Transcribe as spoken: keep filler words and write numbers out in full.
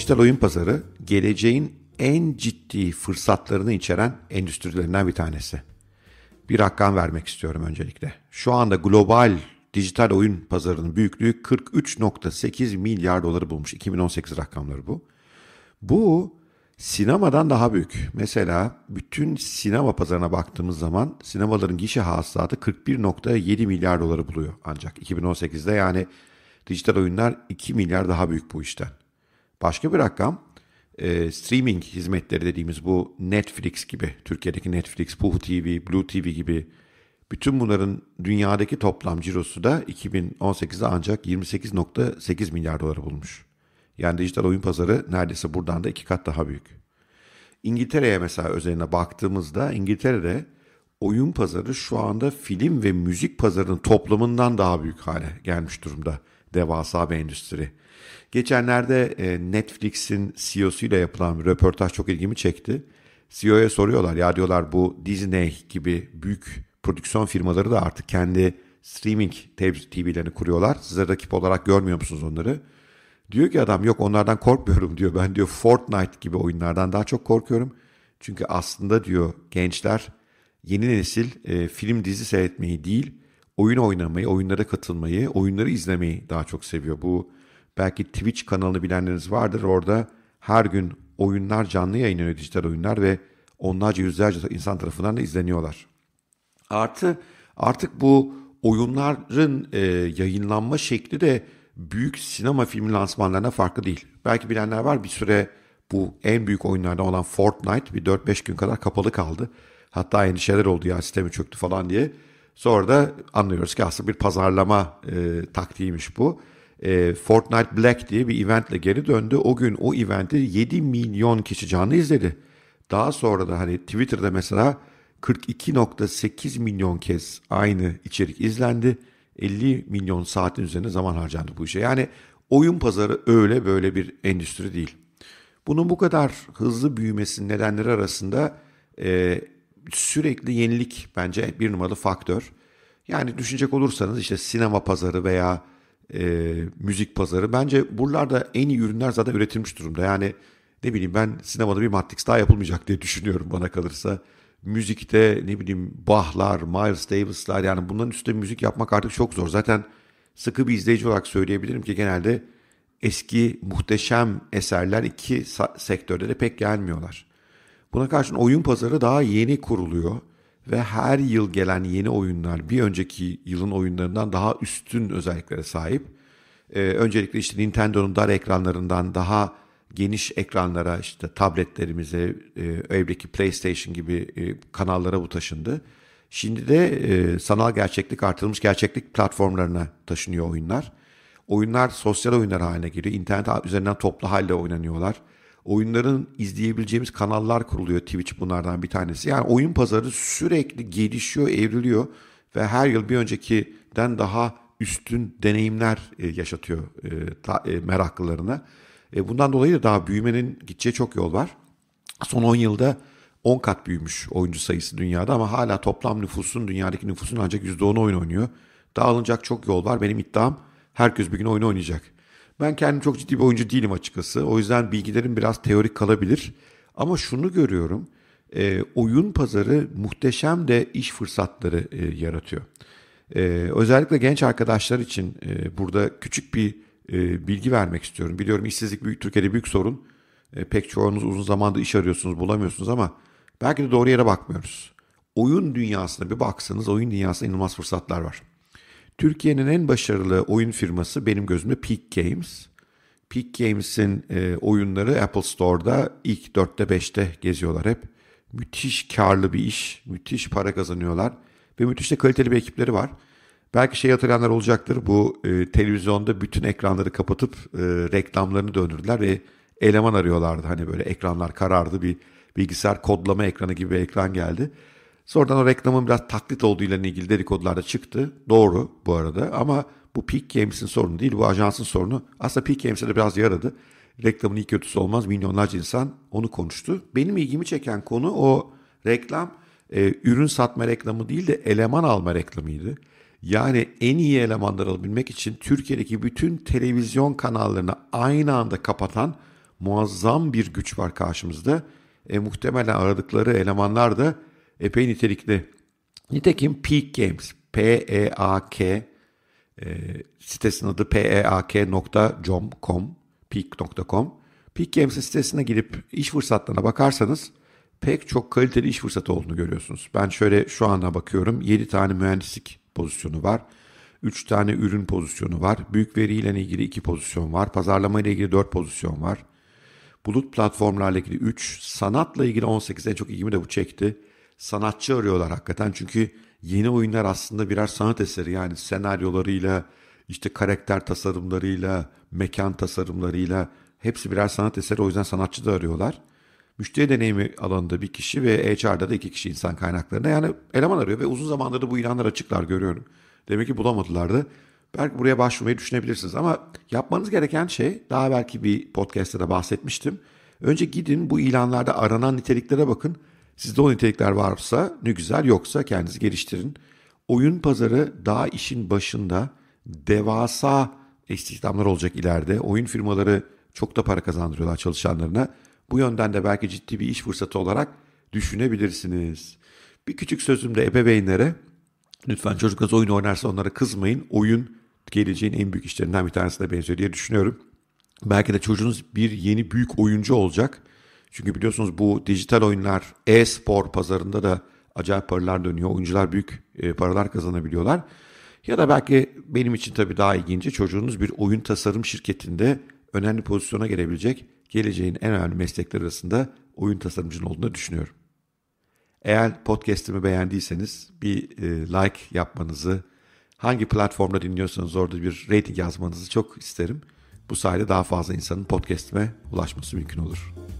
dijital oyun pazarı geleceğin en ciddi fırsatlarını içeren endüstrilerinden bir tanesi. Bir rakam vermek istiyorum öncelikle. Şu anda global dijital oyun pazarının büyüklüğü kırk üç virgül sekiz milyar doları bulmuş. iki bin on sekiz rakamları bu. Bu sinemadan daha büyük. Mesela bütün sinema pazarına baktığımız zaman sinemaların gişe hasılatı kırk bir virgül yedi milyar doları buluyor ancak iki bin on sekizde, yani dijital oyunlar iki milyar daha büyük bu işten. Başka bir rakam, e, streaming hizmetleri dediğimiz bu Netflix gibi, Türkiye'deki Netflix, Puhu T V, Blue T V gibi bütün bunların dünyadaki toplam cirosu da iki bin on sekizde ancak yirmi sekiz virgül sekiz milyar doları bulmuş. Yani dijital oyun pazarı neredeyse buradan da iki kat daha büyük. İngiltere'ye mesela özeline baktığımızda İngiltere'de oyun pazarı şu anda film ve müzik pazarının toplamından daha büyük hale gelmiş durumda. Devasa bir endüstri. Geçenlerde Netflix'in C E O'suyla yapılan bir röportaj çok ilgimi çekti. C E O'ya soruyorlar, ya diyorlar, bu Disney gibi büyük prodüksiyon firmaları da artık kendi streaming T V'lerini kuruyorlar. Size rakip olarak görmüyor musunuz onları? Diyor ki adam, yok onlardan korkmuyorum diyor. Ben diyor Fortnite gibi oyunlardan daha çok korkuyorum. Çünkü aslında diyor gençler yeni nesil e, film dizi seyretmeyi değil, oyun oynamayı, oyunlara katılmayı, oyunları izlemeyi daha çok seviyor. Bu belki Twitch kanalını bilenleriniz vardır. Orada her gün oyunlar canlı yayınlanıyor, dijital oyunlar, ve onlarca yüzlerce insan tarafından da izleniyorlar. Artı artık bu oyunların e, yayınlanma şekli de büyük sinema filmi lansmanlarına farklı değil. Belki bilenler var, bir süre bu en büyük oyunlardan olan Fortnite bir dört beş gün kadar kapalı kaldı. Hatta endişeler oldu, ya sistemi çöktü falan diye. Sonra da anlıyoruz ki aslında bir pazarlama e, taktiğiymiş bu. E, Fortnite Black diye bir eventle geri döndü. O gün o eventi yedi milyon kişi canlı izledi. Daha sonra da hani Twitter'da mesela kırk iki virgül sekiz milyon kez aynı içerik izlendi. elli milyon saatin üzerinde zaman harcandı bu işe. Yani oyun pazarı öyle böyle bir endüstri değil. Bunun bu kadar hızlı büyümesinin nedenleri arasında e, sürekli yenilik bence bir numaralı faktör. Yani düşünecek olursanız işte sinema pazarı veya e, müzik pazarı, bence buralarda en iyi ürünler zaten üretilmiş durumda. Yani ne bileyim, ben sinemada bir Matrix daha yapılmayacak diye düşünüyorum bana kalırsa. Müzikte ne bileyim Bach'lar, Miles Davis'lar, yani bunların üstüne müzik yapmak artık çok zor. Zaten sıkı bir izleyici olarak söyleyebilirim ki genelde eski muhteşem eserler iki sa- sektörde de pek gelmiyorlar. Buna karşın oyun pazarı daha yeni kuruluyor ve her yıl gelen yeni oyunlar bir önceki yılın oyunlarından daha üstün özelliklere sahip. Ee, öncelikle işte Nintendo'nun dar ekranlarından daha geniş ekranlara, işte tabletlerimize, e, evdeki PlayStation gibi e, kanallara bu taşındı. Şimdi de e, sanal gerçeklik, artırılmış gerçeklik platformlarına taşınıyor oyunlar. Oyunlar sosyal oyunlar haline geliyor. İnternet üzerinden toplu halde oynanıyorlar. Oyunların izleyebileceğimiz kanallar kuruluyor. Twitch bunlardan bir tanesi. Yani oyun pazarı sürekli gelişiyor, evriliyor ve her yıl bir öncekiden daha üstün deneyimler e, yaşatıyor e, ta, e, meraklılarına. E, bundan dolayı da daha büyümenin gideceği çok yol var. Son on yılda on kat büyümüş oyuncu sayısı dünyada, ama hala toplam nüfusun, dünyadaki nüfusun ancak yüzde onu oyun oynuyor. Daha alınacak çok yol var. Benim iddiam, herkes bir gün oyun oynayacak. Ben kendim çok ciddi bir oyuncu değilim açıkçası. O yüzden bilgilerim biraz teorik kalabilir. Ama şunu görüyorum, e, oyun pazarı muhteşem de iş fırsatları e, yaratıyor. E, özellikle genç arkadaşlar için e, burada küçük bir e, bilgi vermek istiyorum. Biliyorum işsizlik büyük, Türkiye'de büyük sorun. E, pek çoğunuz uzun zamandır iş arıyorsunuz, bulamıyorsunuz, ama belki de doğru yere bakmıyoruz. Oyun dünyasına bir baksanız, oyun dünyasında inanılmaz fırsatlar var. Türkiye'nin en başarılı oyun firması benim gözümde Peak Games. Peak Games'in e, oyunları Apple Store'da ilk dörtte beşte geziyorlar hep. Müthiş karlı bir iş, müthiş para kazanıyorlar ve müthiş de kaliteli bir ekipleri var. Belki şey hatırlayanlar olacaktır, bu e, televizyonda bütün ekranları kapatıp e, reklamlarını döndürdüler ve eleman arıyorlardı. Hani böyle ekranlar karardı, bir bilgisayar kodlama ekranı gibi bir ekran geldi. Sonradan o reklamın biraz taklit olduğuyla ilgili dedikodular da çıktı. Doğru bu arada, ama bu Peak Games'in sorunu değil, bu ajansın sorunu. Aslında Peak Games'e de biraz yaradı. Reklamın iyi kötüsü olmaz, milyonlarca insan onu konuştu. Benim ilgimi çeken konu o reklam e, ürün satma reklamı değil de eleman alma reklamıydı. Yani en iyi elemanları alabilmek için Türkiye'deki bütün televizyon kanallarını aynı anda kapatan muazzam bir güç var karşımızda. E, muhtemelen aradıkları elemanlar da epey nitelikli. Nitekim Peak Games, P E A K, e, sitesinin adı peak nokta com nokta com, peak nokta com. Peak Games'in sitesine girip iş fırsatlarına bakarsanız pek çok kaliteli iş fırsatı olduğunu görüyorsunuz. Ben şöyle şu anda bakıyorum. yedi tane mühendislik pozisyonu var. üç tane ürün pozisyonu var. Büyük veriyle ilgili iki pozisyon var. Pazarlama ile ilgili dört pozisyon var. Bulut platformlarla ilgili üç. Sanatla ilgili on sekiz. En çok ilgimi de bu çekti. Sanatçı arıyorlar hakikaten. Çünkü yeni oyunlar aslında birer sanat eseri. Yani senaryolarıyla, işte karakter tasarımlarıyla, mekan tasarımlarıyla hepsi birer sanat eseri. O yüzden sanatçı da arıyorlar. Müşteri deneyimi alanında bir kişi ve H R'da da iki kişi insan kaynaklarında. Yani eleman arıyor ve uzun zamandır da bu ilanlar açıklar görüyorum. Demek ki bulamadılar da. Belki buraya başvurmayı düşünebilirsiniz. Ama yapmanız gereken şey, daha belki bir podcast'ta da bahsetmiştim. Önce gidin bu ilanlarda aranan niteliklere bakın. Sizde o nitelikler varsa ne güzel, yoksa kendinizi geliştirin. Oyun pazarı daha işin başında, devasa istihdamlar olacak ileride. Oyun firmaları çok da para kazandırıyorlar çalışanlarına. Bu yönden de belki ciddi bir iş fırsatı olarak düşünebilirsiniz. Bir küçük sözüm de ebeveynlere. Lütfen çocuklarınız oyun oynarsa onlara kızmayın. Oyun geleceğin en büyük işlerinden bir tanesine benziyor diye düşünüyorum. Belki de çocuğunuz bir yeni büyük oyuncu olacak. Çünkü biliyorsunuz bu dijital oyunlar, e-spor pazarında da acayip paralar dönüyor. Oyuncular büyük e, paralar kazanabiliyorlar. Ya da belki benim için tabii daha ilginci, çocuğunuz bir oyun tasarım şirketinde önemli pozisyona gelebilecek, geleceğin en önemli meslekler arasında oyun tasarımcının olduğunu düşünüyorum. Eğer podcast'imi beğendiyseniz bir e, like yapmanızı, hangi platformda dinliyorsanız orada bir rating yazmanızı çok isterim. Bu sayede daha fazla insanın podcast'ime ulaşması mümkün olur.